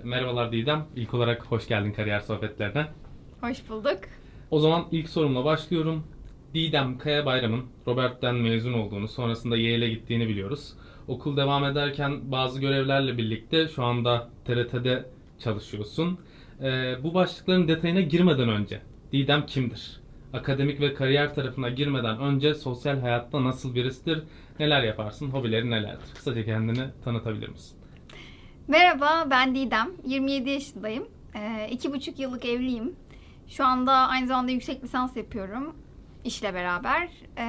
Merhabalar Didem. İlk olarak hoş geldin kariyer sohbetlerine. Hoş bulduk. O zaman ilk sorumla başlıyorum. Didem Kaya Bayram'ın Robert'ten mezun olduğunu, sonrasında Yale'e gittiğini biliyoruz. Okul devam ederken bazı görevlerle birlikte şu anda TRT'de çalışıyorsun. Bu başlıkların detayına girmeden önce Didem kimdir? Akademik ve kariyer tarafına girmeden önce sosyal hayatta nasıl birisidir? Neler yaparsın? Hobilerin nelerdir? Kısaca kendini tanıtabilir misin? Merhaba, ben Didem. 27 yaşındayım. 2,5 yıllık evliyim. Şu anda aynı zamanda yüksek lisans yapıyorum işle beraber.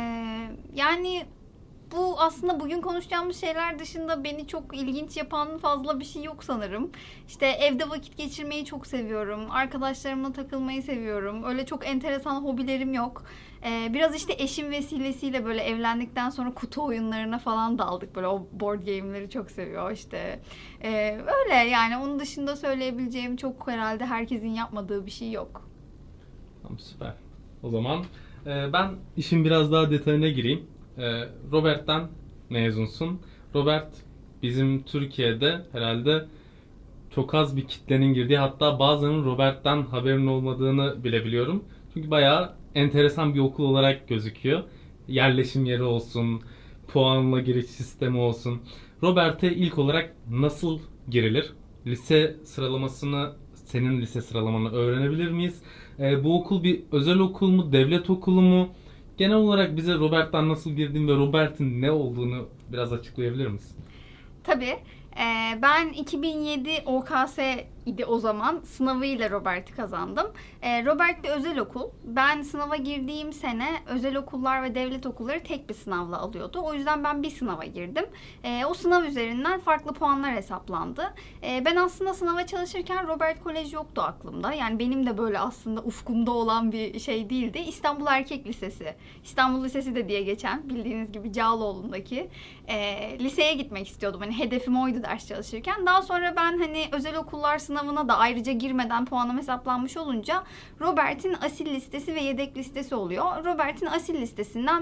Yani bu aslında bugün konuşacağımız şeyler dışında beni çok ilginç yapan fazla bir şey yok sanırım. İşte evde vakit geçirmeyi çok seviyorum. Arkadaşlarımla takılmayı seviyorum. Öyle çok enteresan hobilerim yok. Biraz işte eşim vesilesiyle böyle evlendikten sonra kutu oyunlarına falan daldık. Böyle o board game'leri çok seviyor işte. Öyle yani onun dışında söyleyebileceğim çok herhalde herkesin yapmadığı bir şey yok. Tamam, süper. O zaman ben işin biraz daha detayına gireyim. Robert'ten mezunsun. Robert bizim Türkiye'de herhalde çok az bir kitlenin girdiği, hatta bazılarının Robert'ten haberinin olmadığını bile biliyorum. Çünkü bayağı enteresan bir okul olarak gözüküyor. Yerleşim yeri olsun, puanla giriş sistemi olsun. Robert'e ilk olarak nasıl girilir? Lise sıralamasını, senin lise sıralamanı öğrenebilir miyiz? Bu okul bir özel okul mu, devlet okulu mu? Genel olarak bize Robert'ten nasıl girdiğin ve Robert'in ne olduğunu biraz açıklayabilir misin? Tabii. Ben 2007 OKS idi o zaman. Sınavıyla Robert'i kazandım. Robert bir özel okul. Ben sınava girdiğim sene özel okullar ve devlet okulları tek bir sınavla alıyordu. O yüzden ben bir sınava girdim. O sınav üzerinden farklı puanlar hesaplandı. Ben aslında sınava çalışırken Robert Kolej yoktu aklımda. Yani benim de böyle aslında ufkumda olan bir şey değildi. İstanbul Erkek Lisesi. İstanbul Lisesi de diye geçen bildiğiniz gibi Cağaloğlu'ndaki liseye gitmek istiyordum. Hani hedefim oydu ders çalışırken. Daha sonra ben hani özel okullar sınavına da ayrıca girmeden puanım hesaplanmış olunca Robert'in asil listesi ve yedek listesi oluyor. Robert'in asil listesinden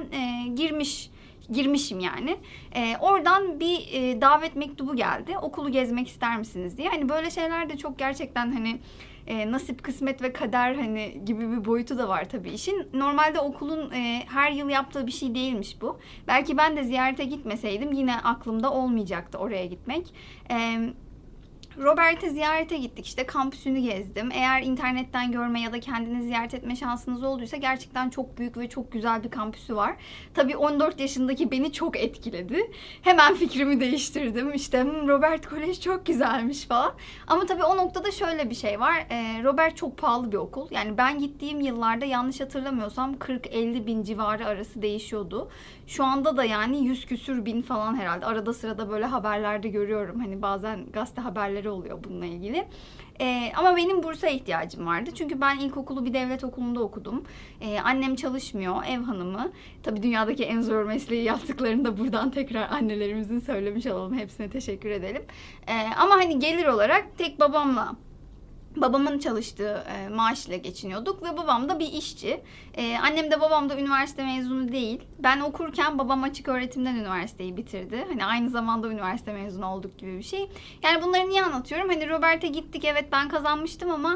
girmişim yani. Oradan bir davet mektubu geldi. Okulu gezmek ister misiniz diye. Hani böyle şeyler de çok gerçekten hani nasip, kısmet ve kader hani gibi bir boyutu da var tabii işin. Normalde okulun her yıl yaptığı bir şey değilmiş bu. Belki ben de ziyarete gitmeseydim yine aklımda olmayacaktı oraya gitmek. Robert'e ziyarete gittik, işte kampüsünü gezdim. Eğer internetten görme ya da kendini ziyaret etme şansınız olduysa gerçekten çok büyük ve çok güzel bir kampüsü var. Tabii 14 yaşındaki beni çok etkiledi. Hemen fikrimi değiştirdim. İşte Robert Kolej çok güzelmiş falan. Ama tabii o noktada şöyle bir şey var. Robert çok pahalı bir okul. Yani ben gittiğim yıllarda yanlış hatırlamıyorsam 40-50 bin civarı arası değişiyordu. Şu anda da yani 100 küsür bin falan herhalde. Arada sırada böyle haberlerde görüyorum. Hani bazen gazete haberleri oluyor bununla ilgili. Ama benim bursa ihtiyacım vardı. Çünkü ben ilkokulu bir devlet okulunda okudum. Annem çalışmıyor, ev hanımı. Tabii dünyadaki en zor mesleği yaptıklarını da buradan tekrar annelerimizin söylemiş olalım. Hepsine teşekkür edelim. Ama hani gelir olarak tek babamın çalıştığı maaşla geçiniyorduk ve babam da bir işçi. Annem de babam da üniversite mezunu değil. Ben okurken babam açık öğretimden üniversiteyi bitirdi. Hani aynı zamanda üniversite mezunu olduk gibi bir şey. Yani bunları niye anlatıyorum? Hani Robert'e gittik, evet ben kazanmıştım ama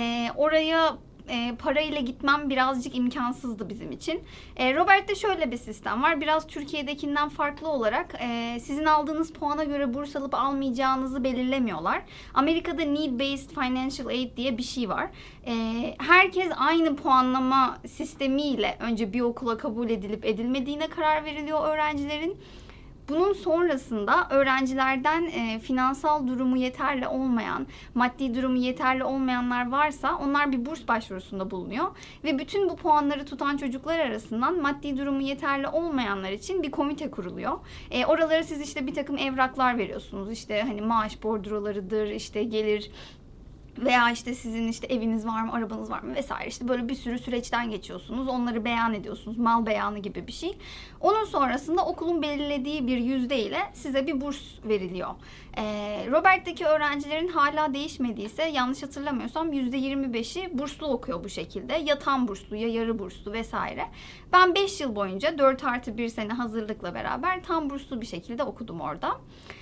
oraya parayla gitmem birazcık imkansızdı bizim için. Robert'te şöyle bir sistem var. Biraz Türkiye'dekinden farklı olarak sizin aldığınız puana göre burs alıp almayacağınızı belirlemiyorlar. Amerika'da Need Based Financial Aid diye bir şey var. Herkes aynı puanlama sistemiyle önce bir okula kabul edilip edilmediğine karar veriliyor öğrencilerin. Bunun sonrasında öğrencilerden finansal durumu yeterli olmayan, maddi durumu yeterli olmayanlar varsa onlar bir burs başvurusunda bulunuyor. Ve bütün bu puanları tutan çocuklar arasından maddi durumu yeterli olmayanlar için bir komite kuruluyor. Oralara siz işte bir takım evraklar veriyorsunuz. İşte hani maaş bordrolarıdır, işte gelir veya işte sizin işte eviniz var mı, arabanız var mı vesaire, işte böyle bir sürü süreçten geçiyorsunuz. Onları beyan ediyorsunuz. Mal beyanı gibi bir şey. Onun sonrasında okulun belirlediği bir yüzdeyle size bir burs veriliyor. Robert'teki öğrencilerin hala değişmediyse yanlış hatırlamıyorsam %25'i burslu okuyor bu şekilde. Ya tam burslu ya yarı burslu vesaire. Ben 5 yıl boyunca 4+1 sene hazırlıkla beraber tam burslu bir şekilde okudum orada.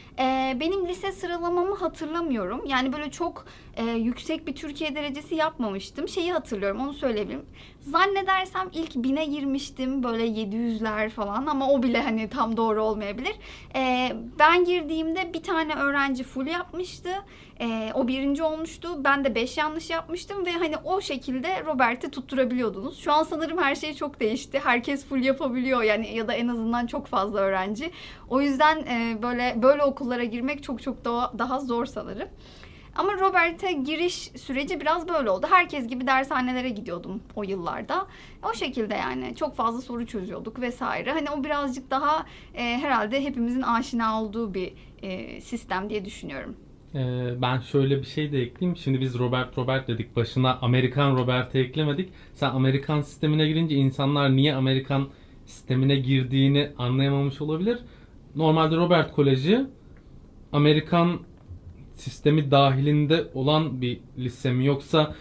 Benim lise sıralamamı hatırlamıyorum. Yani böyle çok yüksek bir Türkiye derecesi yapmamıştım. Şeyi hatırlıyorum, onu söyleyebilirim. Zannedersem ilk 1000'e girmiştim, böyle 700'ler falan, ama o bile hani tam doğru olmayabilir. Ben girdiğimde bir tane öğrenci full yapmıştı. O birinci olmuştu. Ben de 5 yanlış yapmıştım ve hani o şekilde Robert'i tutturabiliyordunuz. Şu an sanırım her şey çok değişti. Herkes full yapabiliyor yani, ya da en azından çok fazla öğrenci. O yüzden böyle okullara girmek çok çok daha zor sanırım. Ama Robert'e giriş süreci biraz böyle oldu. Herkes gibi dershanelere gidiyordum o yıllarda. O şekilde yani çok fazla soru çözüyorduk vesaire. Hani o birazcık daha herhalde hepimizin aşina olduğu bir sistem diye düşünüyorum. Ben şöyle bir şey de ekleyeyim. Şimdi biz Robert dedik. Başına Amerikan Robert'i eklemedik. Sen Amerikan sistemine girince insanlar niye Amerikan sistemine girdiğini anlayamamış olabilir. Normalde Robert Koleji Amerikan sistemi dahilinde olan bir lise mi, yoksa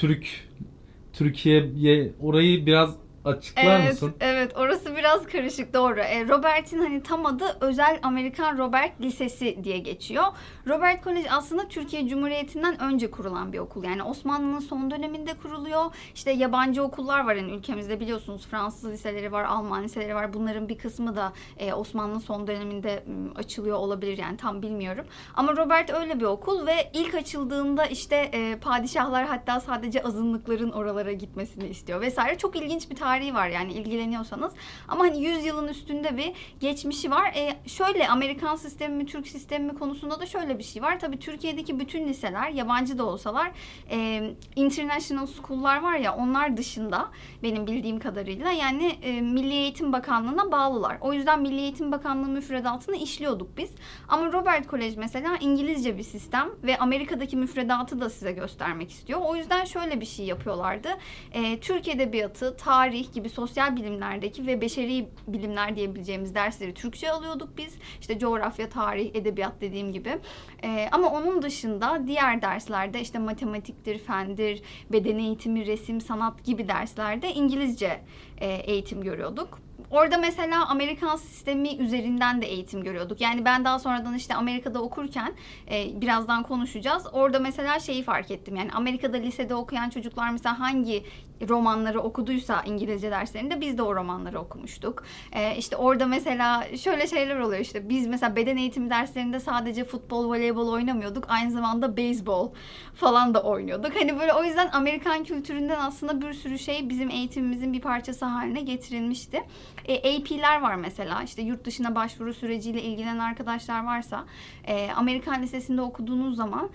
Türkiye'ye, orayı biraz açıklar Evet, mısın? evet, orası biraz karışık, doğru. Robert'in hani tam adı Özel Amerikan Robert Lisesi diye geçiyor. Robert College aslında Türkiye Cumhuriyeti'nden önce kurulan bir okul. Yani Osmanlı'nın son döneminde kuruluyor. İşte yabancı okullar var yani ülkemizde, biliyorsunuz. Fransız liseleri var, Alman liseleri var. Bunların bir kısmı da Osmanlı'nın son döneminde açılıyor olabilir, yani tam bilmiyorum. Ama Robert öyle bir okul ve ilk açıldığında işte padişahlar hatta sadece azınlıkların oralara gitmesini istiyor vesaire. Çok ilginç bir tarihi var yani, ilgileniyorsanız. Ama hani 100 yılın üstünde bir geçmişi var. Şöyle, Amerikan sistemi mi Türk sistemi mi konusunda da şöyle bir şey var. Tabii Türkiye'deki bütün liseler, yabancı da olsalar, international school'lar var ya, onlar dışında benim bildiğim kadarıyla yani Milli Eğitim Bakanlığı'na bağlılar. O yüzden Milli Eğitim Bakanlığı müfredatını işliyorduk biz. Ama Robert College mesela İngilizce bir sistem ve Amerika'daki müfredatı da size göstermek istiyor. O yüzden şöyle bir şey yapıyorlardı. Türk Edebiyatı, tarih gibi sosyal bilimlerdeki ve beşeri bilimler diyebileceğimiz dersleri Türkçe alıyorduk biz. İşte coğrafya, tarih, edebiyat dediğim gibi. Ama onun dışında diğer derslerde işte matematiktir, fendir, beden eğitimi, resim, sanat gibi derslerde İngilizce eğitim görüyorduk. Orada mesela Amerikan sistemi üzerinden de eğitim görüyorduk. Yani ben daha sonradan işte Amerika'da okurken, birazdan konuşacağız. Orada mesela şeyi fark ettim. Yani Amerika'da lisede okuyan çocuklar mesela hangi romanları okuduysa İngilizce derslerinde, biz de o romanları okumuştuk. İşte orada mesela şöyle şeyler oluyor, işte biz mesela beden eğitimi derslerinde sadece futbol, voleybol oynamıyorduk. Aynı zamanda beyzbol falan da oynuyorduk. Hani böyle, o yüzden Amerikan kültüründen aslında bir sürü şey bizim eğitimimizin bir parçası haline getirilmişti. AP'ler var mesela, işte yurt dışına başvuru süreciyle ilgilenen arkadaşlar varsa, Amerikan lisesinde okuduğunuz zaman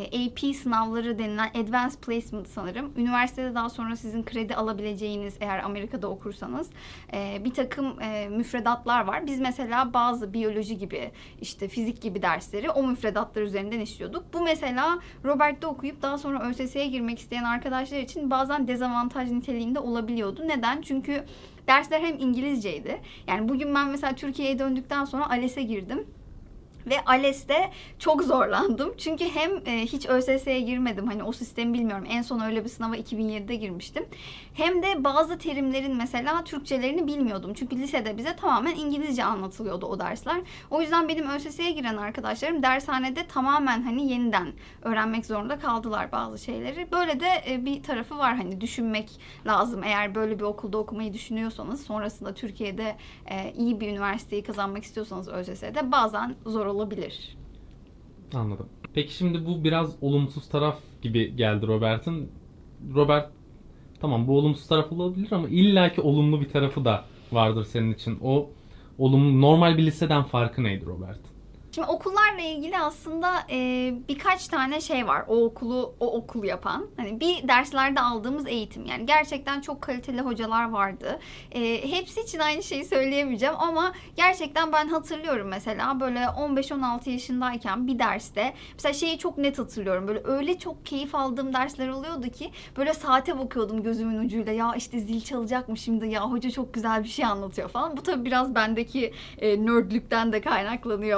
AP sınavları denilen Advanced Placement sanırım, üniversitede daha sonra sizin kredi alabileceğiniz, eğer Amerika'da okursanız bir takım müfredatlar var. Biz mesela bazı biyoloji gibi, işte fizik gibi dersleri o müfredatlar üzerinden işliyorduk. Bu mesela Robert'te okuyup daha sonra ÖSS'ye girmek isteyen arkadaşlar için bazen dezavantaj niteliğinde olabiliyordu. Neden? Çünkü dersler hem İngilizceydi. Yani bugün ben mesela Türkiye'ye döndükten sonra ALES'e girdim. Ve ALES'te çok zorlandım. Çünkü hem hiç ÖSS'ye girmedim. Hani o sistemi bilmiyorum. En son öyle bir sınava 2007'de girmiştim. Hem de bazı terimlerin mesela Türkçelerini bilmiyordum. Çünkü lisede bize tamamen İngilizce anlatılıyordu o dersler. O yüzden benim ÖSS'ye giren arkadaşlarım dershanede tamamen hani yeniden öğrenmek zorunda kaldılar bazı şeyleri. Böyle de bir tarafı var. Hani düşünmek lazım. Eğer böyle bir okulda okumayı düşünüyorsanız, sonrasında Türkiye'de iyi bir üniversiteyi kazanmak istiyorsanız ÖSS'de bazen zor olabilir. Anladım. Peki şimdi bu biraz olumsuz taraf gibi geldi Robert'in. Robert, tamam, bu olumsuz taraf olabilir ama illaki olumlu bir tarafı da vardır senin için. O olumlu, normal bir liseden farkı neydi Robert? Şimdi okullarla ilgili aslında birkaç tane şey var o okulu yapan. Hani bir, derslerde aldığımız eğitim, yani gerçekten çok kaliteli hocalar vardı. Hepsi için aynı şeyi söyleyemeyeceğim ama gerçekten ben hatırlıyorum mesela böyle 15-16 yaşındayken bir derste mesela şeyi çok net hatırlıyorum. Böyle öyle çok keyif aldığım dersler oluyordu ki böyle saate bakıyordum gözümün ucuyla, ya işte zil çalacakmış şimdi, ya hoca çok güzel bir şey anlatıyor falan. Bu tabii biraz bendeki nerdlükten de kaynaklanıyor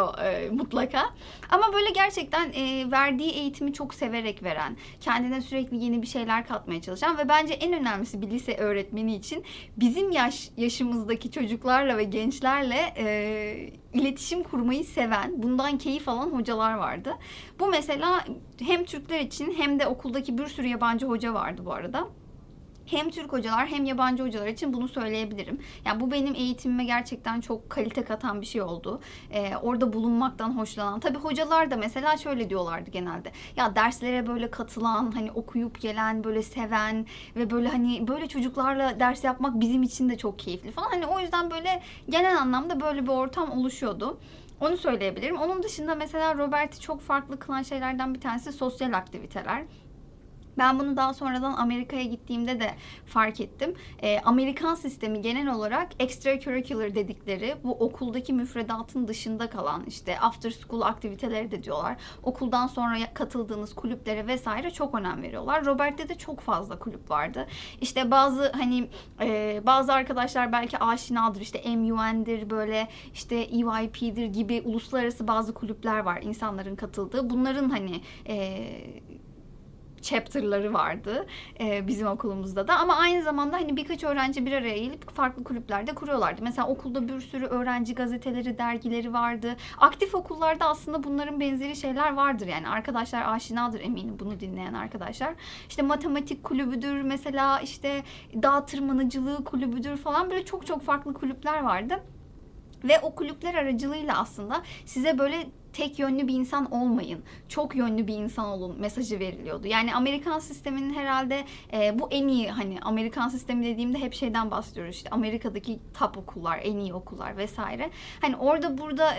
mutlaka. Ama böyle gerçekten verdiği eğitimi çok severek veren, kendine sürekli yeni bir şeyler katmaya çalışan ve bence en önemlisi bir lise öğretmeni için bizim yaşımızdaki çocuklarla ve gençlerle iletişim kurmayı seven, bundan keyif alan hocalar vardı. Bu mesela hem Türkler için hem de okuldaki bir sürü yabancı hoca vardı bu arada. Hem Türk hocalar hem yabancı hocalar için bunu söyleyebilirim. Yani bu benim eğitimime gerçekten çok kalite katan bir şey oldu. Orada bulunmaktan hoşlanan. Tabii hocalar da mesela şöyle diyorlardı genelde. Ya derslere böyle katılan, hani okuyup gelen, böyle seven ve böyle hani böyle çocuklarla ders yapmak bizim için de çok keyifli falan. Hani o yüzden böyle genel anlamda böyle bir ortam oluşuyordu. Onu söyleyebilirim. Onun dışında mesela Robert'i çok farklı kılan şeylerden bir tanesi sosyal aktiviteler. Ben bunu daha sonradan Amerika'ya gittiğimde de fark ettim. Amerikan sistemi genel olarak extracurricular dedikleri bu okuldaki müfredatın dışında kalan işte after school aktiviteleri de diyorlar. Okuldan sonra katıldığınız kulüplere vesaire çok önem veriyorlar. Robert'te de çok fazla kulüp vardı. İşte bazı arkadaşlar belki aşinadır. İşte MUN'dir böyle işte EYP'dir gibi uluslararası bazı kulüpler var insanların katıldığı. Bunların hani chapter'ları vardı bizim okulumuzda da ama aynı zamanda hani birkaç öğrenci bir araya gelip farklı kulüplerde kuruyorlardı. Mesela okulda bir sürü öğrenci gazeteleri, dergileri vardı. Aktif okullarda aslında bunların benzeri şeyler vardır yani. Arkadaşlar aşinadır eminim bunu dinleyen arkadaşlar. İşte matematik kulübüdür mesela işte dağ tırmanıcılığı kulübüdür falan böyle çok çok farklı kulüpler vardı. Ve o kulüpler aracılığıyla aslında size böyle tek yönlü bir insan olmayın, çok yönlü bir insan olun mesajı veriliyordu. Yani Amerikan sisteminin herhalde bu en iyi hani Amerikan sistemi dediğimde hep şeyden bahsediyoruz işte Amerika'daki top okullar, en iyi okullar vesaire. Hani orada burada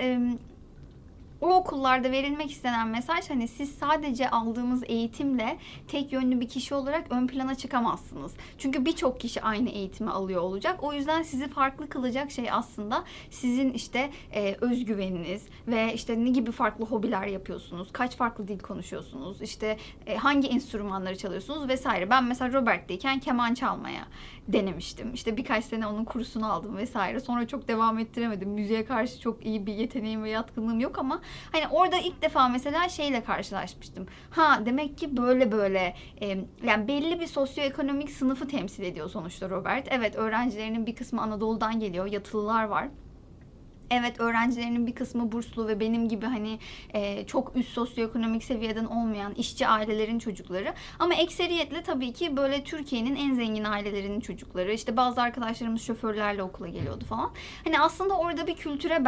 o okullarda verilmek istenen mesaj hani siz sadece aldığınız eğitimle tek yönlü bir kişi olarak ön plana çıkamazsınız. Çünkü birçok kişi aynı eğitimi alıyor olacak. O yüzden sizi farklı kılacak şey aslında sizin işte özgüveniniz ve işte ne gibi farklı hobiler yapıyorsunuz, kaç farklı dil konuşuyorsunuz, işte hangi enstrümanları çalıyorsunuz vesaire. Ben mesela Robert'teyken keman çalmaya denemiştim. İşte birkaç sene onun kursunu aldım vesaire. Sonra çok devam ettiremedim. Müziğe karşı çok iyi bir yeteneğim ve yatkınlığım yok ama hani orada ilk defa mesela şeyle karşılaşmıştım. Ha demek ki böyle yani belli bir sosyoekonomik sınıfı temsil ediyor sonuçta Robert. Evet öğrencilerinin bir kısmı Anadolu'dan geliyor. Yatılılar var. Evet öğrencilerinin bir kısmı burslu ve benim gibi hani çok üst sosyoekonomik seviyeden olmayan işçi ailelerin çocukları. Ama ekseriyetle tabii ki böyle Türkiye'nin en zengin ailelerinin çocukları. İşte bazı arkadaşlarımız şoförlerle okula geliyordu falan. Hani aslında orada bir kültüre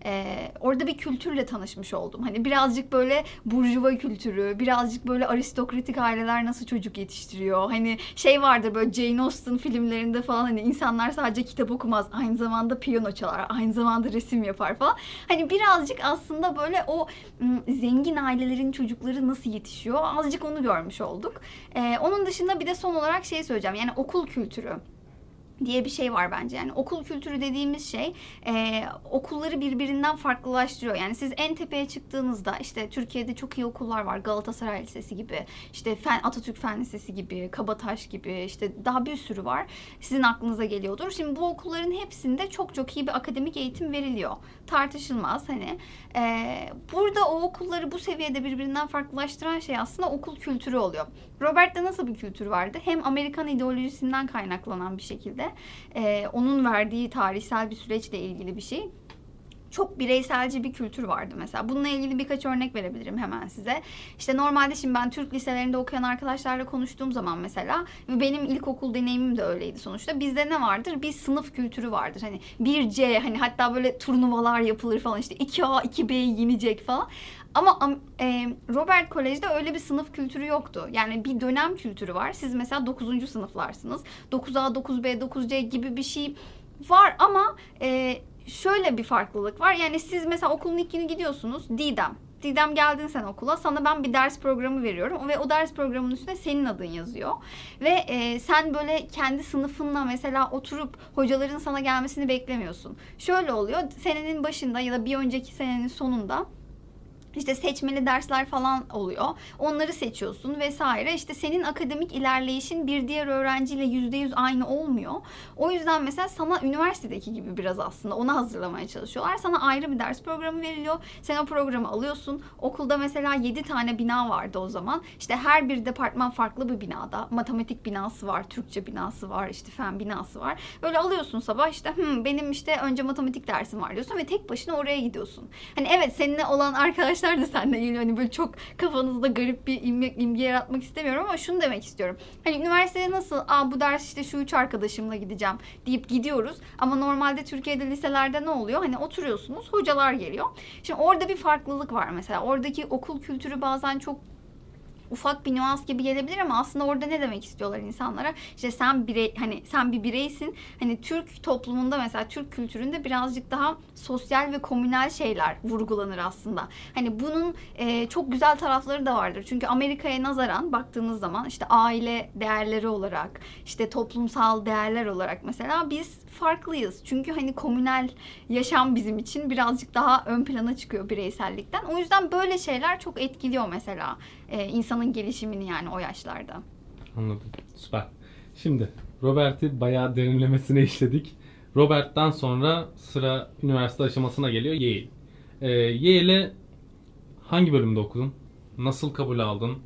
orada bir kültürle tanışmış oldum. Hani birazcık böyle burjuva kültürü, birazcık böyle aristokratik aileler nasıl çocuk yetiştiriyor. Hani şey vardır böyle Jane Austen filmlerinde falan hani insanlar sadece kitap okumaz. Aynı zamanda piyano çalar. Aynı zamanda resim yapar falan. Hani birazcık aslında böyle o zengin ailelerin çocukları nasıl yetişiyor? Azıcık onu görmüş olduk. Onun dışında bir de son olarak şey söyleyeceğim. Yani okul kültürü diye bir şey var bence. Yani okul kültürü dediğimiz şey okulları birbirinden farklılaştırıyor. Yani siz en tepeye çıktığınızda işte Türkiye'de çok iyi okullar var. Galatasaray Lisesi gibi, işte Atatürk Fen Lisesi gibi, Kabataş gibi işte daha bir sürü var. Sizin aklınıza geliyordur. Şimdi bu okulların hepsinde çok çok iyi bir akademik eğitim veriliyor. Tartışılmaz hani. Burada o okulları bu seviyede birbirinden farklılaştıran şey aslında okul kültürü oluyor. Robert'te nasıl bir kültür vardı? Hem Amerikan ideolojisinden kaynaklanan bir şekilde onun verdiği tarihsel bir süreçle ilgili bir şey. Çok bireyselci bir kültür vardı mesela. Bununla ilgili birkaç örnek verebilirim hemen size. İşte normalde şimdi ben Türk liselerinde okuyan arkadaşlarla konuştuğum zaman mesela ve benim ilkokul deneyimim de öyleydi sonuçta. Bizde ne vardır? Bir sınıf kültürü vardır. Hani 1C hani hatta böyle turnuvalar yapılır falan işte 2A 2B'yi yenecek falan. Ama Robert Kolej'de öyle bir sınıf kültürü yoktu. Yani bir dönem kültürü var. Siz mesela 9. sınıflarsınız. 9A, 9B, 9C gibi bir şey var ama şöyle bir farklılık var. Yani siz mesela okulun ilk günü gidiyorsunuz. Didem geldin sen okula. Sana ben bir ders programı veriyorum. Ve o ders programının üstüne senin adın yazıyor. Ve sen böyle kendi sınıfınla mesela oturup hocaların sana gelmesini beklemiyorsun. Şöyle oluyor. Senenin başında ya da bir önceki senenin sonunda İşte seçmeli dersler falan oluyor. Onları seçiyorsun vesaire. İşte senin akademik ilerleyişin bir diğer öğrenciyle %100 aynı olmuyor. O yüzden mesela sana üniversitedeki gibi biraz aslında ona hazırlamaya çalışıyorlar. Sana ayrı bir ders programı veriliyor. Sen o programı alıyorsun. Okulda mesela 7 tane bina vardı o zaman. İşte her bir departman farklı bir binada. Matematik binası var, Türkçe binası var, işte fen binası var. Böyle alıyorsun sabah işte benim işte önce matematik dersim var diyorsun ve tek başına oraya gidiyorsun. Hani evet seninle olan arkadaşlar da seninle geliyor. Hani böyle çok kafanızda garip bir imge yaratmak istemiyorum ama şunu demek istiyorum. Hani üniversitede nasıl bu ders işte şu 3 arkadaşımla gideceğim deyip gidiyoruz. Ama normalde Türkiye'de liselerde ne oluyor? Hani oturuyorsunuz, hocalar geliyor. Şimdi orada bir farklılık var mesela. Oradaki okul kültürü bazen çok ufak bir nüans gibi gelebilir ama aslında orada ne demek istiyorlar insanlara? İşte sen sen bir bireysin. Hani Türk toplumunda mesela Türk kültüründe birazcık daha sosyal ve komünel şeyler vurgulanır aslında. Hani bunun çok güzel tarafları da vardır. Çünkü Amerika'ya nazaran baktığınız zaman işte aile değerleri olarak, işte toplumsal değerler olarak mesela biz farklıyız. Çünkü hani komünel yaşam bizim için birazcık daha ön plana çıkıyor bireysellikten. O yüzden böyle şeyler çok etkiliyor mesela insanın gelişimini yani o yaşlarda. Anladım. Süper. Şimdi Robert'i bayağı derinlemesine işledik. Robert'ten sonra sıra üniversite aşamasına geliyor. Yale. Yale'e hangi bölümde okudun? Nasıl kabul aldın?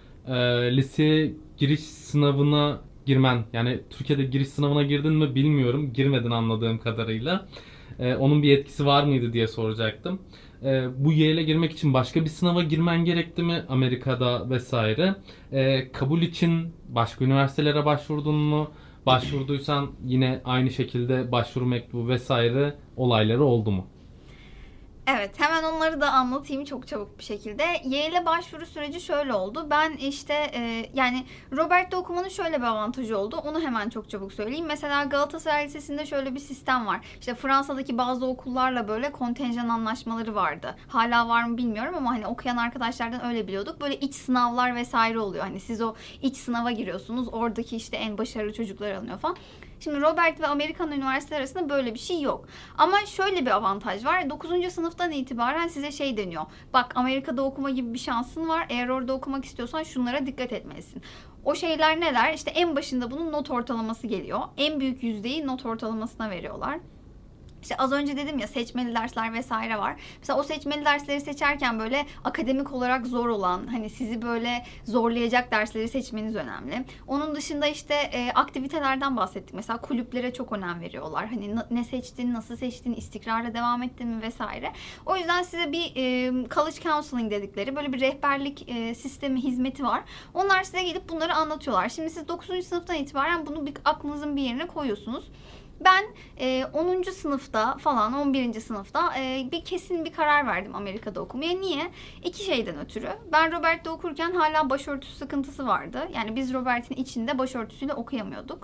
Liseye giriş sınavına girmen, yani Türkiye'de giriş sınavına girdin mi bilmiyorum. Girmedin anladığım kadarıyla. Onun bir etkisi var mıydı diye soracaktım. Bu Yale'e girmek için başka bir sınava girmen gerekti mi Amerika'da vesaire? Kabul için başka üniversitelere başvurdun mu? Başvurduysan yine aynı şekilde başvuru mektubu vesaire olayları oldu mu? Evet, hemen onları da anlatayım çok çabuk bir şekilde. Yale'e başvuru süreci şöyle oldu. Ben işte yani Robert'te okumanın şöyle bir avantajı oldu. Onu hemen çok çabuk söyleyeyim. Mesela Galatasaray Lisesi'nde şöyle bir sistem var. İşte Fransa'daki bazı okullarla böyle kontenjan anlaşmaları vardı. Hala var mı bilmiyorum ama hani okuyan arkadaşlardan öyle biliyorduk. Böyle iç sınavlar vesaire oluyor. Hani siz o iç sınava giriyorsunuz. Oradaki işte en başarılı çocuklar alınıyor falan. Şimdi Robert ve Amerikan üniversiteler arasında böyle bir şey yok. Ama şöyle bir avantaj var. 9. sınıftan itibaren size şey deniyor. Bak Amerika'da okuma gibi bir şansın var. Eğer orada okumak istiyorsan şunlara dikkat etmelisin. O şeyler neler? İşte en başında bunun not ortalaması geliyor. En büyük yüzdeyi not ortalamasına veriyorlar. İşte az önce dedim ya seçmeli dersler vesaire var. Mesela o seçmeli dersleri seçerken böyle akademik olarak zor olan, hani sizi böyle zorlayacak dersleri seçmeniz önemli. Onun dışında işte aktivitelerden bahsettik. Mesela kulüplere çok önem veriyorlar. Hani ne seçtin, nasıl seçtin, istikrarla devam ettin mi vesaire. O yüzden size bir college counseling dedikleri böyle bir rehberlik sistemi, hizmeti var. Onlar size gelip bunları anlatıyorlar. Şimdi siz 9. sınıftan itibaren bunu aklınızın bir yerine koyuyorsunuz. Ben 10. sınıfta falan 11. sınıfta bir kesin bir karar verdim Amerika'da okumaya. Niye? İki şeyden ötürü. Ben Robert'te okurken hala başörtüsü sıkıntısı vardı. Yani biz Robert'in içinde başörtüsüyle okuyamıyorduk.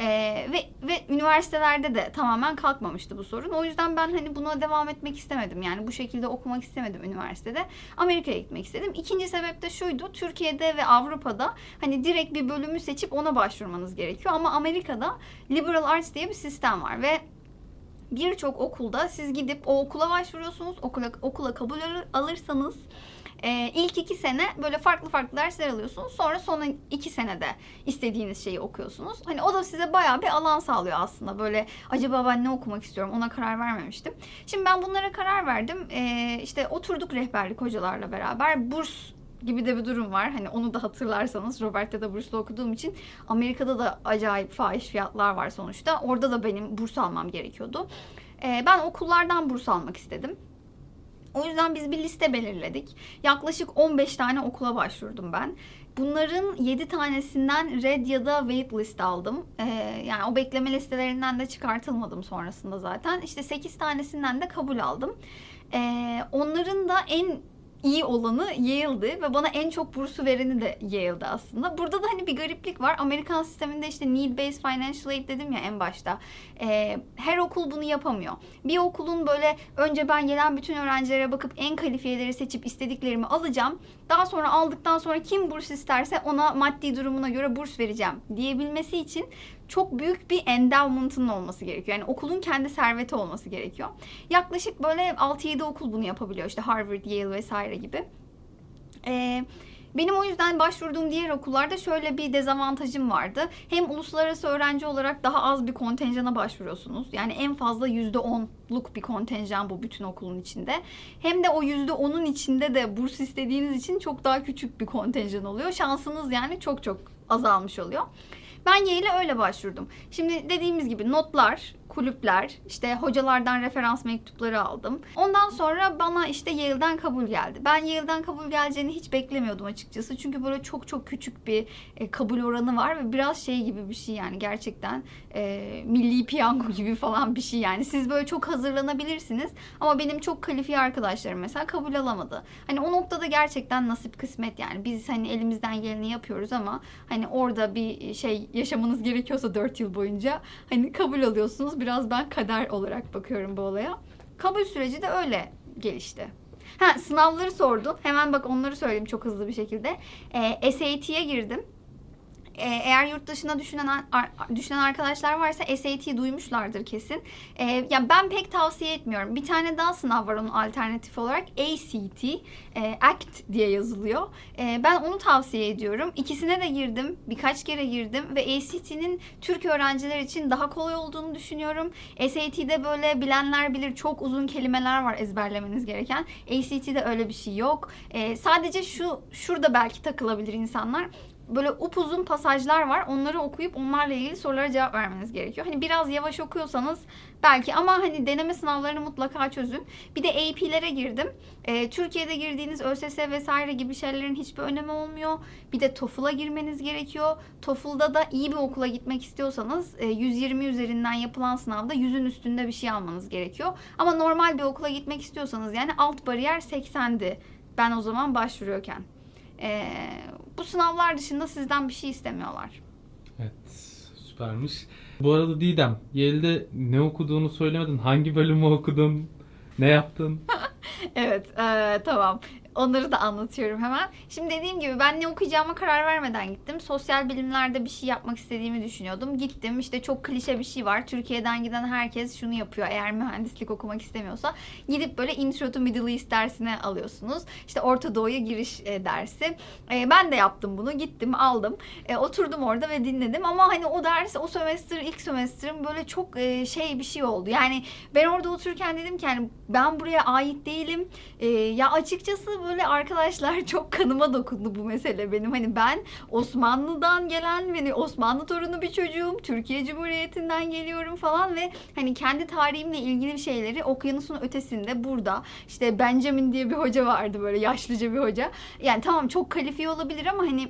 Ve üniversitelerde de tamamen kalkmamıştı bu sorun. O yüzden ben hani buna devam etmek istemedim. Yani bu şekilde okumak istemedim üniversitede. Amerika'ya gitmek istedim. İkinci sebep de şuydu. Türkiye'de ve Avrupa'da hani direkt bir bölümü seçip ona başvurmanız gerekiyor. Ama Amerika'da liberal arts diye bir sistem var ve birçok okulda siz gidip o okula başvuruyorsunuz. Okula kabul alırsanız ilk 2 sene böyle farklı dersler alıyorsunuz. Sonra son 2 senede istediğiniz şeyi okuyorsunuz. Hani o da size bayağı bir alan sağlıyor aslında. Böyle acaba ben ne okumak istiyorum ona karar vermemiştim. Şimdi ben bunlara karar verdim. İşte oturduk rehberlik hocalarla beraber. Burs gibi de bir durum var. Hani onu da hatırlarsanız Robert'te de burslu okuduğum için Amerika'da da acayip fahiş fiyatlar var sonuçta. Orada da benim burs almam gerekiyordu. Ben okullardan burs almak istedim. O yüzden biz bir liste belirledik. Yaklaşık 15 tane okula başvurdum ben. Bunların 7 tanesinden red ya da wait list aldım. Yani o bekleme listelerinden de çıkartılmadım sonrasında zaten. İşte 8 tanesinden de kabul aldım. Onların da en iyi olanı Yale'di ve bana en çok bursu vereni de Yale'di aslında. Burada da hani bir gariplik var. Amerikan sisteminde işte need based financial aid dedim ya en başta. Her okul bunu yapamıyor. Bir okulun böyle önce ben gelen bütün öğrencilere bakıp en kalifiyeleri seçip istediklerimi alacağım. Daha sonra aldıktan sonra kim burs isterse ona maddi durumuna göre burs vereceğim diyebilmesi için çok büyük bir endowment'ın olması gerekiyor. Yani okulun kendi serveti olması gerekiyor. Yaklaşık böyle 6-7 okul bunu yapabiliyor. İşte Harvard, Yale vesaire gibi. Benim o yüzden başvurduğum diğer okullarda şöyle bir dezavantajım vardı. Hem uluslararası öğrenci olarak daha az bir kontenjana başvuruyorsunuz. Yani en fazla %10'luk bir kontenjan bu bütün okulun içinde. Hem de o %10'un içinde de burs istediğiniz için çok daha küçük bir kontenjan oluyor. Şansınız yani çok çok azalmış oluyor. Ben Yale'e öyle başvurdum. Şimdi dediğimiz gibi notlar, kulüpler, işte hocalardan referans mektupları aldım. Ondan sonra bana işte Yale'den kabul geldi. Ben Yale'den kabul geleceğini hiç beklemiyordum açıkçası. Çünkü böyle çok çok küçük bir kabul oranı var ve biraz şey gibi bir şey yani gerçekten milli piyango gibi falan bir şey yani. Siz böyle çok hazırlanabilirsiniz ama benim çok kalifiye arkadaşlarım mesela kabul alamadı. Hani o noktada gerçekten nasip kısmet yani. Biz hani elimizden geleni yapıyoruz ama hani orada bir şey yaşamanız gerekiyorsa 4 yıl boyunca hani kabul alıyorsunuz. Biraz ben kader olarak bakıyorum bu olaya. Kabul süreci de öyle gelişti. Sınavları sordun. Hemen bak onları söyleyeyim çok hızlı bir şekilde. SAT'ye girdim. Eğer yurt dışına düşünen arkadaşlar varsa SAT duymuşlardır kesin. Ya ben pek tavsiye etmiyorum. Bir tane daha sınav var onun alternatif olarak. ACT, ACT diye yazılıyor. Ben onu tavsiye ediyorum. İkisine de girdim. Birkaç kere girdim ve ACT'nin Türk öğrenciler için daha kolay olduğunu düşünüyorum. SAT'de böyle bilenler bilir çok uzun kelimeler var ezberlemeniz gereken. ACT'de öyle bir şey yok. Sadece şurada belki takılabilir insanlar. Böyle upuzun pasajlar var. Onları okuyup onlarla ilgili sorulara cevap vermeniz gerekiyor. Hani biraz yavaş okuyorsanız belki ama hani deneme sınavlarını mutlaka çözün. Bir de AP'lere girdim. Türkiye'de girdiğiniz ÖSS vesaire gibi şeylerin hiçbir önemi olmuyor. Bir de TOEFL'a girmeniz gerekiyor. TOEFL'da da iyi bir okula gitmek istiyorsanız 120 üzerinden yapılan sınavda 100'ün üstünde bir şey almanız gerekiyor. Ama normal bir okula gitmek istiyorsanız yani alt bariyer 80'di. Ben o zaman başvuruyorken. Bu sınavlar dışında sizden bir şey istemiyorlar. Evet, süpermiş. Bu arada Didem, Yale'de ne okuduğunu söylemedin. Hangi bölümü okudun? Ne yaptın? Evet, tamam. Onları da anlatıyorum hemen. Şimdi dediğim gibi ben ne okuyacağıma karar vermeden gittim. Sosyal bilimlerde bir şey yapmak istediğimi düşünüyordum. Gittim işte çok klişe bir şey var. Türkiye'den giden herkes şunu yapıyor eğer mühendislik okumak istemiyorsa. Gidip böyle Intro to Middle East dersine alıyorsunuz. İşte Orta Doğu'ya giriş dersi. Ben de yaptım bunu. Gittim aldım. Oturdum orada ve dinledim. Ama hani o ders o ilk sömestrim böyle çok şey bir şey oldu. Yani ben orada otururken dedim ki yani ben buraya ait değilim. Ya açıkçası böyle arkadaşlar çok kanıma dokundu bu mesele benim. Hani ben Osmanlı'dan gelen hani Osmanlı torunu bir çocuğum. Türkiye Cumhuriyeti'nden geliyorum falan ve hani kendi tarihimle ilgili şeyleri okyanusun ötesinde burada işte Benjamin diye bir hoca vardı böyle yaşlıca bir hoca. Yani tamam çok kalifiye olabilir ama hani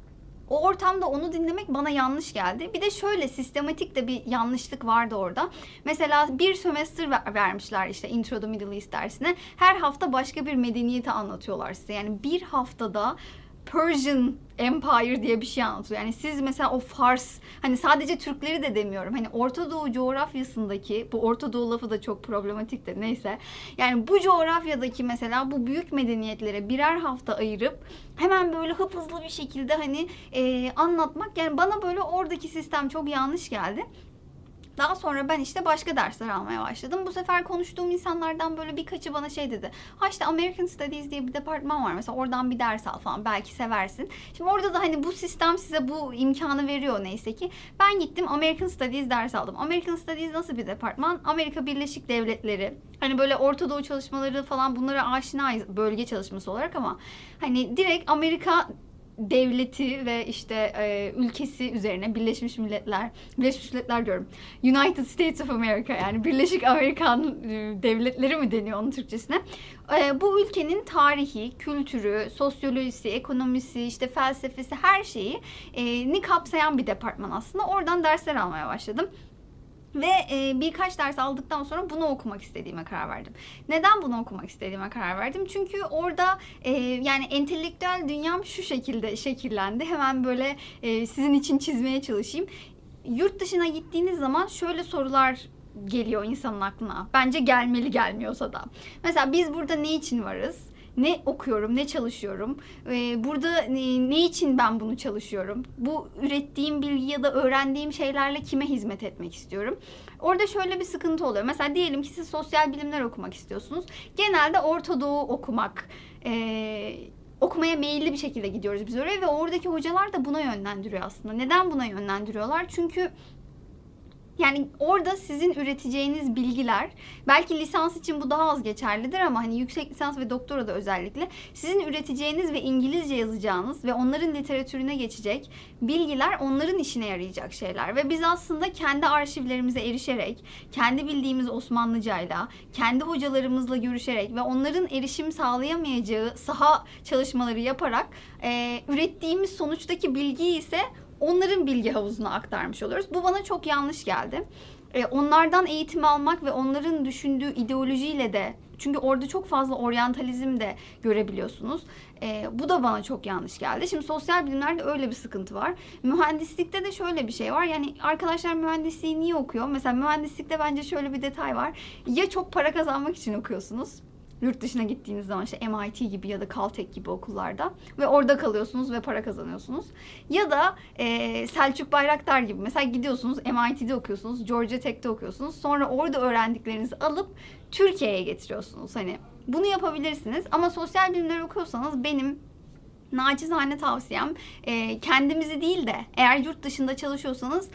o ortamda onu dinlemek bana yanlış geldi. Bir de şöyle sistematik de bir yanlışlık vardı orada. Mesela bir sömestr vermişler işte Intro to Middle East dersine. Her hafta başka bir medeniyeti anlatıyorlar size. Yani bir haftada Persian Empire diye bir şey anlatıyor. Yani siz mesela o Fars, hani sadece Türkleri de demiyorum. Hani Orta Doğu coğrafyasındaki, bu Orta Doğu lafı da çok problematik de neyse. Yani bu coğrafyadaki mesela bu büyük medeniyetlere birer hafta ayırıp hemen böyle hızlı bir şekilde hani anlatmak. Yani bana böyle oradaki sistem çok yanlış geldi. Daha sonra ben işte başka dersler almaya başladım. Bu sefer konuştuğum insanlardan böyle birkaçı bana şey dedi. Ha işte American Studies diye bir departman var. Mesela oradan bir ders al falan. Belki seversin. Şimdi orada da hani bu sistem size bu imkanı veriyor neyse ki. Ben gittim American Studies ders aldım. American Studies nasıl bir departman? Amerika Birleşik Devletleri. Hani böyle Orta Doğu çalışmaları falan bunlara aşinayız bölge çalışması olarak ama hani direkt Amerika devleti ve işte ülkesi üzerine Birleşmiş Milletler diyorum. United States of America yani Birleşik Amerikan devletleri mi deniyor onun Türkçesine? Bu ülkenin tarihi, kültürü, sosyolojisi, ekonomisi, işte felsefesi her şeyi ni kapsayan bir departman aslında. Oradan dersler almaya başladım. Ve birkaç ders aldıktan sonra bunu okumak istediğime karar verdim. Neden bunu okumak istediğime karar verdim? Çünkü orada yani entelektüel dünyam şu şekilde şekillendi. Hemen böyle sizin için çizmeye çalışayım. Yurt dışına gittiğiniz zaman şöyle sorular geliyor insanın aklına. Bence gelmeli gelmiyorsa da. Mesela biz burada ne için varız? ne okuyorum, ne çalışıyorum, burada ne için ben bunu çalışıyorum, bu ürettiğim bilgi ya da öğrendiğim şeylerle kime hizmet etmek istiyorum. Orada şöyle bir sıkıntı oluyor. Mesela diyelim ki siz sosyal bilimler okumak istiyorsunuz. Genelde Orta Doğu okumaya meyilli bir şekilde gidiyoruz biz oraya ve oradaki hocalar da buna yönlendiriyor aslında. Neden buna yönlendiriyorlar? Çünkü yani orada sizin üreteceğiniz bilgiler, belki lisans için bu daha az geçerlidir ama hani yüksek lisans ve doktora da özellikle sizin üreteceğiniz ve İngilizce yazacağınız ve onların literatürüne geçecek bilgiler onların işine yarayacak şeyler. Ve biz aslında kendi arşivlerimize erişerek, kendi bildiğimiz Osmanlıcayla, kendi hocalarımızla görüşerek ve onların erişim sağlayamayacağı saha çalışmaları yaparak ürettiğimiz sonuçtaki bilgiyi ise onların bilgi havuzuna aktarmış oluyoruz. Bu bana çok yanlış geldi. Onlardan eğitim almak ve onların düşündüğü ideolojiyle de, çünkü orada çok fazla oryantalizm de görebiliyorsunuz. Bu da bana çok yanlış geldi. Şimdi sosyal bilimlerde öyle bir sıkıntı var. Mühendislikte de şöyle bir şey var. Yani arkadaşlar mühendisliği niye okuyor? Mesela mühendislikte bence şöyle bir detay var. Ya çok para kazanmak için okuyorsunuz. Yurt dışına gittiğiniz zaman işte MIT gibi ya da Caltech gibi okullarda ve orada kalıyorsunuz ve para kazanıyorsunuz. Ya da Selçuk Bayraktar gibi mesela gidiyorsunuz MIT'de okuyorsunuz, Georgia Tech'te okuyorsunuz. Sonra orada öğrendiklerinizi alıp Türkiye'ye getiriyorsunuz. Hani bunu yapabilirsiniz ama sosyal bilimler okuyorsanız benim nacizane tavsiyem kendimizi değil de eğer yurt dışında çalışıyorsanız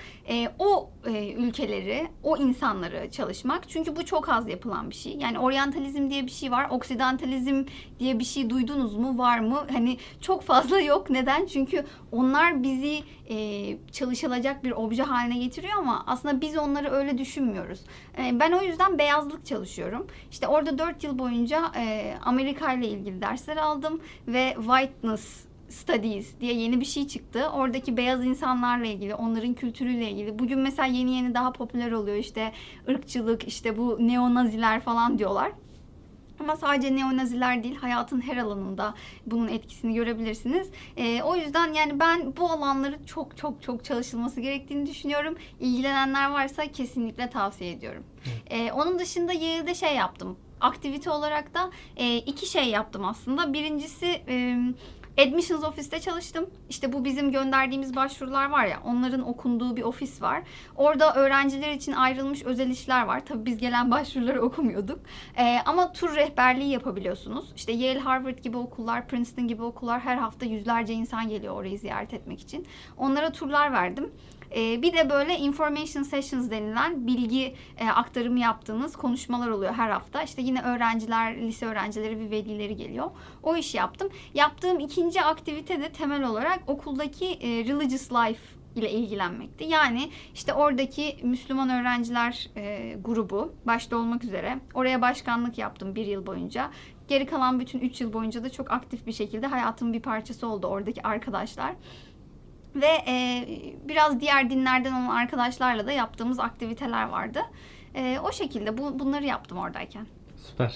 o ülkeleri, o insanları çalışmak. Çünkü bu çok az yapılan bir şey. Yani oryantalizm diye bir şey var. Oksidantalizm diye bir şey duydunuz mu? Var mı? Hani çok fazla yok. Neden? Çünkü onlar bizi çalışılacak bir obje haline getiriyor ama aslında biz onları öyle düşünmüyoruz. Ben o yüzden beyazlık çalışıyorum. İşte orada 4 yıl boyunca Amerika ile ilgili dersler aldım ve Whiteness Studies diye yeni bir şey çıktı. Oradaki beyaz insanlarla ilgili, onların kültürüyle ilgili. Bugün mesela yeni daha popüler oluyor. İşte ırkçılık, işte bu neonaziler falan diyorlar. Ama sadece neonaziler değil, hayatın her alanında bunun etkisini görebilirsiniz. O yüzden yani ben bu alanları çok çalışılması gerektiğini düşünüyorum. İlgilenenler varsa kesinlikle tavsiye ediyorum. Onun dışında Yale'de şey yaptım. Aktivite olarak da 2 şey yaptım aslında. Birincisi Admissions Office'te çalıştım. İşte bu bizim gönderdiğimiz başvurular var ya, onların okunduğu bir ofis var. Orada öğrenciler için ayrılmış özel işler var. Tabii biz gelen başvuruları okumuyorduk. Ama tur rehberliği yapabiliyorsunuz. İşte Yale, Harvard gibi okullar, Princeton gibi okullar her hafta yüzlerce insan geliyor orayı ziyaret etmek için. Onlara turlar verdim. Bir de böyle information sessions denilen bilgi aktarımı yaptığınız konuşmalar oluyor her hafta. İşte yine öğrenciler, lise öğrencileri ve velileri geliyor. O işi yaptım. Yaptığım ikinci aktivite de temel olarak okuldaki religious life ile ilgilenmekti. Yani işte oradaki Müslüman öğrenciler grubu başta olmak üzere oraya başkanlık yaptım 1 yıl boyunca. Geri kalan bütün 3 yıl boyunca da çok aktif bir şekilde hayatımın bir parçası oldu oradaki arkadaşlar. Ve biraz diğer dinlerden olan arkadaşlarla da yaptığımız aktiviteler vardı. O şekilde bunları yaptım oradayken. Süper.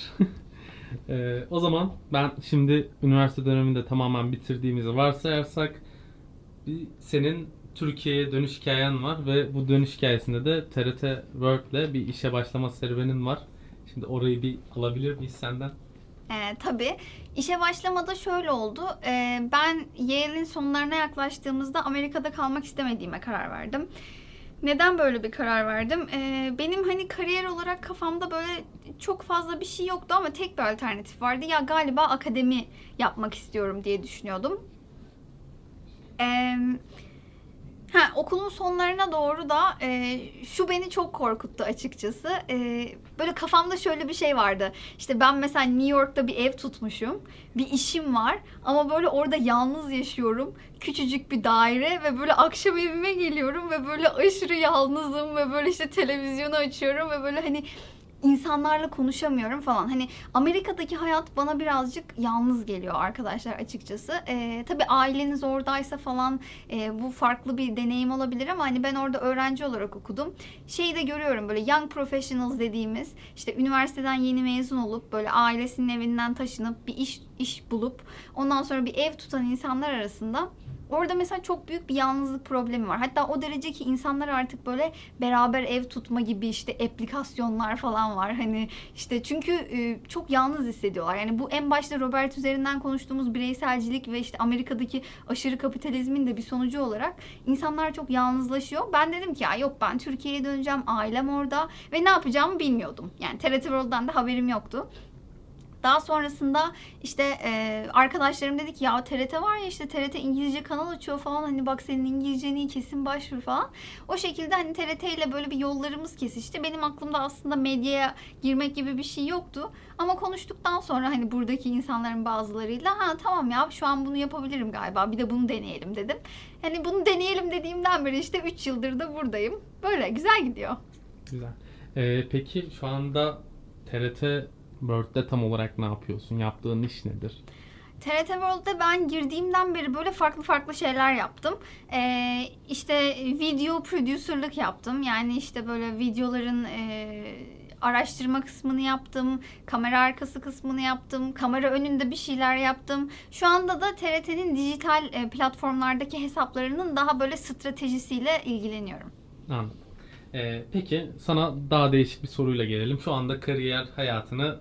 O zaman ben şimdi üniversite döneminde tamamen bitirdiğimizi varsayarsak senin Türkiye'ye dönüş hikayen var ve bu dönüş hikayesinde de TRT World'le bir işe başlama serüvenin var. Şimdi orayı bir alabilir miyiz senden? Tabii. İşe başlamada şöyle oldu. Ben Yale'in sonlarına yaklaştığımızda Amerika'da kalmak istemediğime karar verdim. Neden böyle bir karar verdim? Benim hani kariyer olarak kafamda böyle çok fazla bir şey yoktu ama tek bir alternatif vardı. Ya galiba akademi yapmak istiyorum diye düşünüyordum. Okulun sonlarına doğru da şu beni çok korkuttu açıkçası. Böyle kafamda şöyle bir şey vardı. İşte ben mesela New York'ta bir ev tutmuşum. Bir işim var ama böyle orada yalnız yaşıyorum. Küçücük bir daire ve böyle akşam evime geliyorum ve böyle aşırı yalnızım ve böyle işte televizyonu açıyorum ve böyle hani insanlarla konuşamıyorum falan. Hani Amerika'daki hayat bana birazcık yalnız geliyor arkadaşlar açıkçası. Tabii aileniz oradaysa falan bu farklı bir deneyim olabilir ama hani ben orada öğrenci olarak okudum. Şeyi de görüyorum böyle young professionals dediğimiz işte üniversiteden yeni mezun olup böyle ailesinin evinden taşınıp bir iş bulup ondan sonra bir ev tutan insanlar arasında Orada mesela çok büyük bir yalnızlık problemi var. Hatta o derece ki insanlar artık böyle beraber ev tutma gibi işte aplikasyonlar falan var. Hani işte çünkü çok yalnız hissediyorlar. Yani bu en başta Robert üzerinden konuştuğumuz bireyselcilik ve işte Amerika'daki aşırı kapitalizmin de bir sonucu olarak insanlar çok yalnızlaşıyor. Ben dedim ki ya yok, ben Türkiye'ye döneceğim. Ailem orada ve ne yapacağımı bilmiyordum. Yani TRT World'dan da haberim yoktu. Daha sonrasında işte arkadaşlarım dedi ki ya TRT var ya, işte TRT İngilizce kanal açıyor falan, hani bak senin İngilizcen iyi, kesin başvur falan. O şekilde hani TRT ile böyle bir yollarımız kesişti. Benim aklımda aslında medyaya girmek gibi bir şey yoktu. Ama konuştuktan sonra hani buradaki insanların bazılarıyla ha tamam ya şu an bunu yapabilirim galiba, bir de bunu deneyelim dedim. Hani bunu deneyelim dediğimden beri işte 3 yıldır da buradayım. Böyle güzel gidiyor. Güzel. Peki şu anda TRT World'de tam olarak ne yapıyorsun? Yaptığın iş nedir? TRT World'de ben girdiğimden beri böyle farklı farklı şeyler yaptım. İşte video producer'lık yaptım. Yani işte böyle videoların araştırma kısmını yaptım. Kamera arkası kısmını yaptım. Kamera önünde bir şeyler yaptım. Şu anda da TRT'nin dijital platformlardaki hesaplarının daha böyle stratejisiyle ilgileniyorum. Anladım. Peki sana daha değişik bir soruyla gelelim. Şu anda kariyer hayatını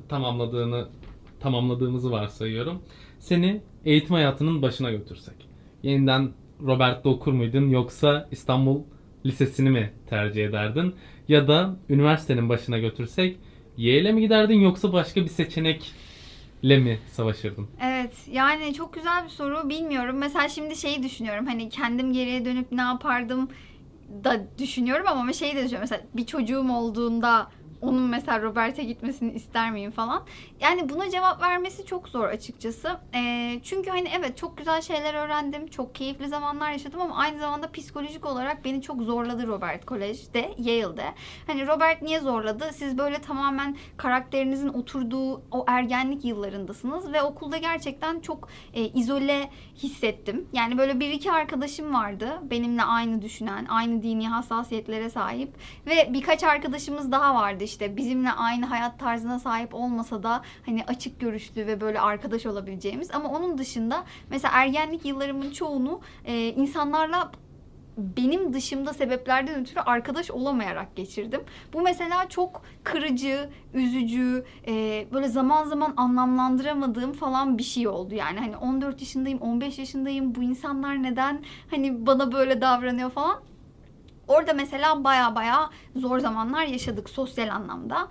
tamamladığımızı varsayıyorum. Seni eğitim hayatının başına götürsek. Yeniden Robert'te okur muydun, yoksa İstanbul Lisesi'ni mi tercih ederdin? Ya da üniversitenin başına götürsek Yale'e mi giderdin, yoksa başka bir seçenekle mi savaşırdın? Evet, yani çok güzel bir soru, bilmiyorum. Mesela şimdi şeyi düşünüyorum, hani kendim geriye dönüp ne yapardım da düşünüyorum ama şeyi de düşünüyorum. Mesela bir çocuğum olduğunda onun mesela Robert'e gitmesini ister miyim falan. Yani buna cevap vermesi çok zor açıkçası. Çünkü hani evet çok güzel şeyler öğrendim. Çok keyifli zamanlar yaşadım ama aynı zamanda psikolojik olarak beni çok zorladı Robert Kolej'de, Yale'de. Hani Robert niye zorladı? Siz böyle tamamen karakterinizin oturduğu o ergenlik yıllarındasınız ve okulda gerçekten çok izole hissettim. Yani böyle bir iki arkadaşım vardı benimle aynı düşünen, aynı dini hassasiyetlere sahip ve birkaç arkadaşımız daha vardı işte bizimle aynı hayat tarzına sahip olmasa da hani açık görüşlü ve böyle arkadaş olabileceğimiz. Ama onun dışında mesela ergenlik yıllarımın çoğunu insanlarla benim dışımda sebeplerden ötürü arkadaş olamayarak geçirdim. Bu mesela çok kırıcı, üzücü, böyle zaman zaman anlamlandıramadığım falan bir şey oldu. Yani hani 14 yaşındayım, 15 yaşındayım, bu insanlar neden hani bana böyle davranıyor falan. Orada mesela baya zor zamanlar yaşadık sosyal anlamda.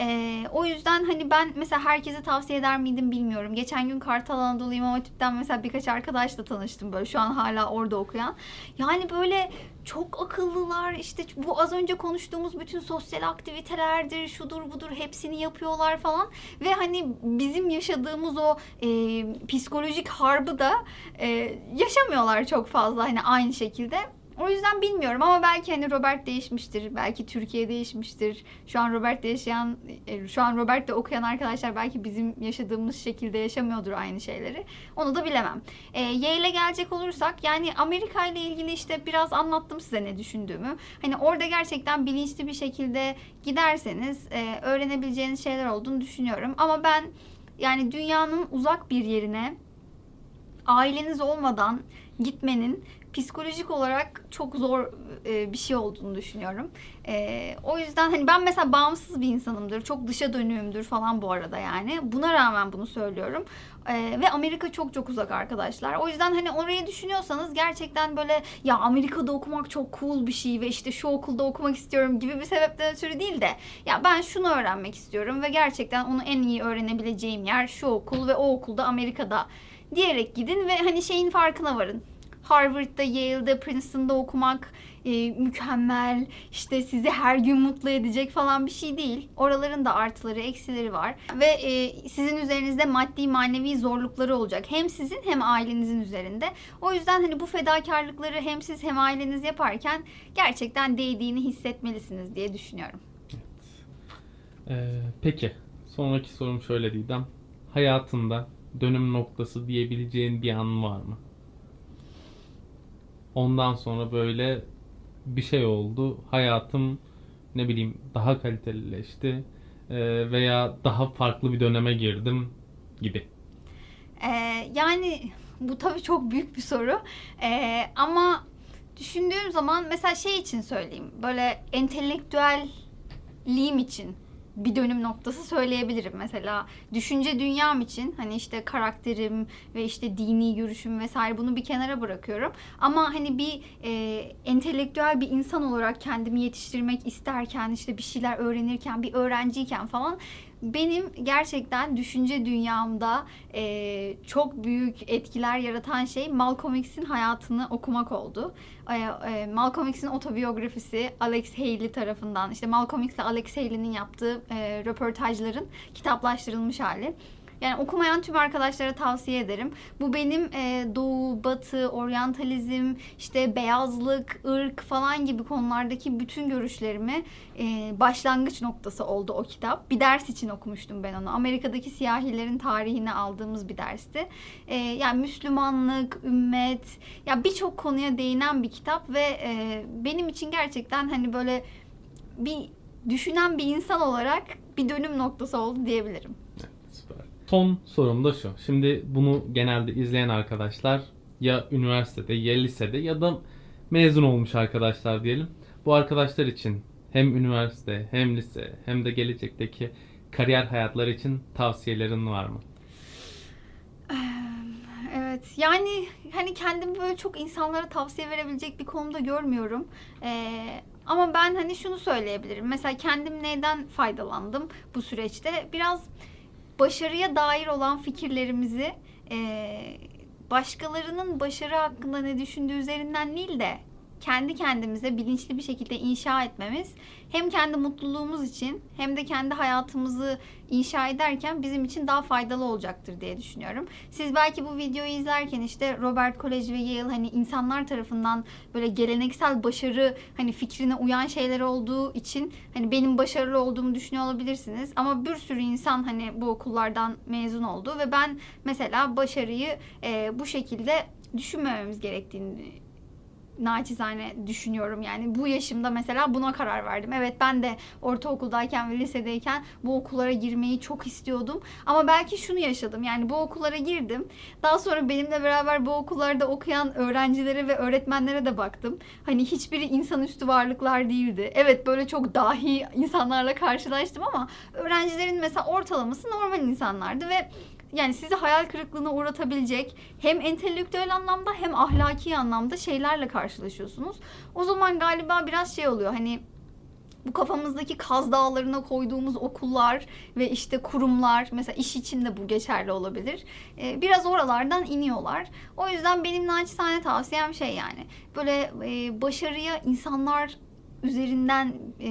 O yüzden hani ben mesela herkese tavsiye eder miydim bilmiyorum. Geçen gün Kartal Anadolu İmam Hatip'ten mesela birkaç arkadaşla tanıştım böyle şu an hala orada okuyan. Yani böyle çok akıllılar, işte bu az önce konuştuğumuz bütün sosyal aktivitelerdir, şudur budur hepsini yapıyorlar falan. Ve hani bizim yaşadığımız o psikolojik harbı da yaşamıyorlar çok fazla hani aynı şekilde. O yüzden bilmiyorum ama belki hani Robert değişmiştir. Belki Türkiye değişmiştir. Şu an Robert'te okuyan arkadaşlar belki bizim yaşadığımız şekilde yaşamıyordur aynı şeyleri. Onu da bilemem. Yale'e gelecek olursak yani Amerika ile ilgili işte biraz anlattım size ne düşündüğümü. Hani orada gerçekten bilinçli bir şekilde giderseniz öğrenebileceğiniz şeyler olduğunu düşünüyorum. Ama ben yani dünyanın uzak bir yerine aileniz olmadan gitmenin psikolojik olarak çok zor bir şey olduğunu düşünüyorum. O yüzden hani ben mesela bağımsız bir insanımdır. Çok dışa dönüğümdür falan bu arada yani. Buna rağmen bunu söylüyorum. Ve Amerika çok çok uzak arkadaşlar. O yüzden hani orayı düşünüyorsanız gerçekten böyle ya Amerika'da okumak çok cool bir şey ve işte şu okulda okumak istiyorum gibi bir sebepten ötürü değil de ya ben şunu öğrenmek istiyorum ve gerçekten onu en iyi öğrenebileceğim yer şu okul ve o okulda Amerika'da diyerek gidin ve hani şeyin farkına varın. Harvard'da, Yale'de, Princeton'da okumak mükemmel, işte sizi her gün mutlu edecek falan bir şey değil. Oraların da artıları, eksileri var. Ve sizin üzerinizde maddi, manevi zorlukları olacak. Hem sizin hem ailenizin üzerinde. O yüzden hani bu fedakarlıkları hem siz hem aileniz yaparken gerçekten değdiğini hissetmelisiniz diye düşünüyorum. Peki, sonraki sorum şöyle Didem. Hayatında dönüm noktası diyebileceğin bir an var mı? Ondan sonra böyle bir şey oldu. Hayatım ne bileyim daha kalitelileşti veya daha farklı bir döneme girdim gibi. Yani Bu tabii çok büyük bir soru. Ama düşündüğüm zaman mesela şey için söyleyeyim. Böyle entelektüelliğim için bir dönüm noktası söyleyebilirim. Mesela düşünce dünyam için hani işte karakterim ve işte dini görüşüm vesaire bunu bir kenara bırakıyorum. Ama hani bir entelektüel bir insan olarak kendimi yetiştirmek isterken, işte bir şeyler öğrenirken, bir öğrenciyken falan benim gerçekten düşünce dünyamda çok büyük etkiler yaratan şey Malcolm X'in hayatını okumak oldu. Malcolm X'in otobiyografisi Alex Haley tarafından, işte Malcolm X ile Alex Haley'nin yaptığı röportajların kitaplaştırılmış hali. Yani okumayan tüm arkadaşlara tavsiye ederim. Bu benim doğu, batı, oryantalizm, işte beyazlık, ırk falan gibi konulardaki bütün görüşlerimi başlangıç noktası oldu o kitap. Bir ders için okumuştum ben onu. Amerika'daki siyahilerin tarihini aldığımız bir dersti. Yani Müslümanlık, ümmet, ya birçok konuya değinen bir kitap ve benim için gerçekten hani böyle bir düşünen bir insan olarak bir dönüm noktası oldu diyebilirim. Evet, süper. Son sorum da şu. Şimdi bunu genelde izleyen arkadaşlar ya üniversitede ya lisede ya da mezun olmuş arkadaşlar diyelim. Bu arkadaşlar için hem üniversite hem lise hem de gelecekteki kariyer hayatları için tavsiyelerin var mı? Evet, yani hani kendimi böyle çok insanlara tavsiye verebilecek bir konumda görmüyorum. Ama ben hani şunu söyleyebilirim. Mesela kendim neyden faydalandım bu süreçte? Biraz başarıya dair olan fikirlerimizi başkalarının başarı hakkında ne düşündüğü üzerinden değil de kendi kendimize bilinçli bir şekilde inşa etmemiz hem kendi mutluluğumuz için hem de kendi hayatımızı inşa ederken bizim için daha faydalı olacaktır diye düşünüyorum. Siz belki bu videoyu izlerken işte Robert College ve Yale hani insanlar tarafından böyle geleneksel başarı hani fikrine uyan şeyler olduğu için hani benim başarılı olduğumu düşünüyor olabilirsiniz. Ama bir sürü insan hani bu okullardan mezun oldu ve ben mesela başarıyı bu şekilde düşünmememiz gerektiğini naçizane düşünüyorum. Yani bu yaşımda mesela buna karar verdim. Evet, ben de ortaokuldayken ve lisedeyken bu okullara girmeyi çok istiyordum. Ama belki şunu yaşadım. Yani bu okullara girdim. Daha sonra benimle beraber bu okullarda okuyan öğrencilere ve öğretmenlere de baktım. Hani hiçbiri insanüstü varlıklar değildi. Evet, böyle çok dahi insanlarla karşılaştım ama öğrencilerin mesela ortalaması normal insanlardı ve yani sizi hayal kırıklığına uğratabilecek hem entelektüel anlamda hem ahlaki anlamda şeylerle karşılaşıyorsunuz. O zaman galiba biraz şey oluyor, hani bu kafamızdaki Kaz Dağları'na koyduğumuz okullar ve işte kurumlar, mesela iş için de bu geçerli olabilir. Biraz oralardan iniyorlar. O yüzden benim naçizane tavsiyem şey, yani böyle başarıya insanlar üzerinden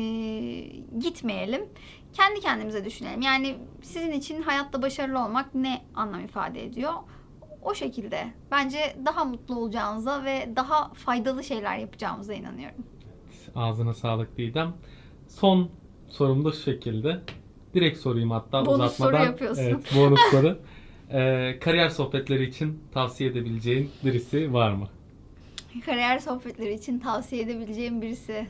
gitmeyelim. Kendi kendimize düşünelim. Yani sizin için hayatta başarılı olmak ne anlam ifade ediyor? O şekilde bence daha mutlu olacağınıza ve daha faydalı şeyler yapacağımıza inanıyorum. Ağzına sağlık Didem. Son sorum da şu şekilde. Direkt sorayım hatta Bonus uzatmadan. soru yapıyorsun. Evet, bonus soru. Kariyer sohbetleri için tavsiye edebileceğin birisi var mı? Kariyer sohbetleri için tavsiye edebileceğim birisi.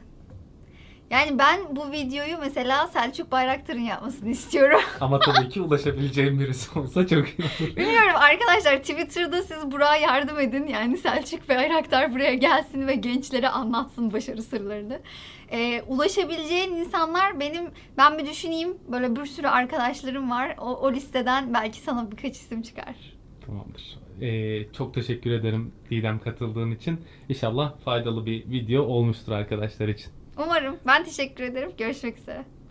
Yani ben bu videoyu mesela Selçuk Bayraktar'ın yapmasını istiyorum. Ama tabii ki ulaşabileceğim birisi olsa çok iyi olur. Bilmiyorum arkadaşlar, Twitter'da siz Burak'a yardım edin. Yani Selçuk Bayraktar buraya gelsin ve gençlere anlatsın başarı sırlarını. Ulaşabileceğin insanlar ben bir düşüneyim. Böyle bir sürü arkadaşlarım var. O listeden belki sana birkaç isim çıkar. Tamamdır. Çok teşekkür ederim Didem katıldığın için. İnşallah faydalı bir video olmuştur arkadaşlar için. Umarım. Ben teşekkür ederim. Görüşmek üzere.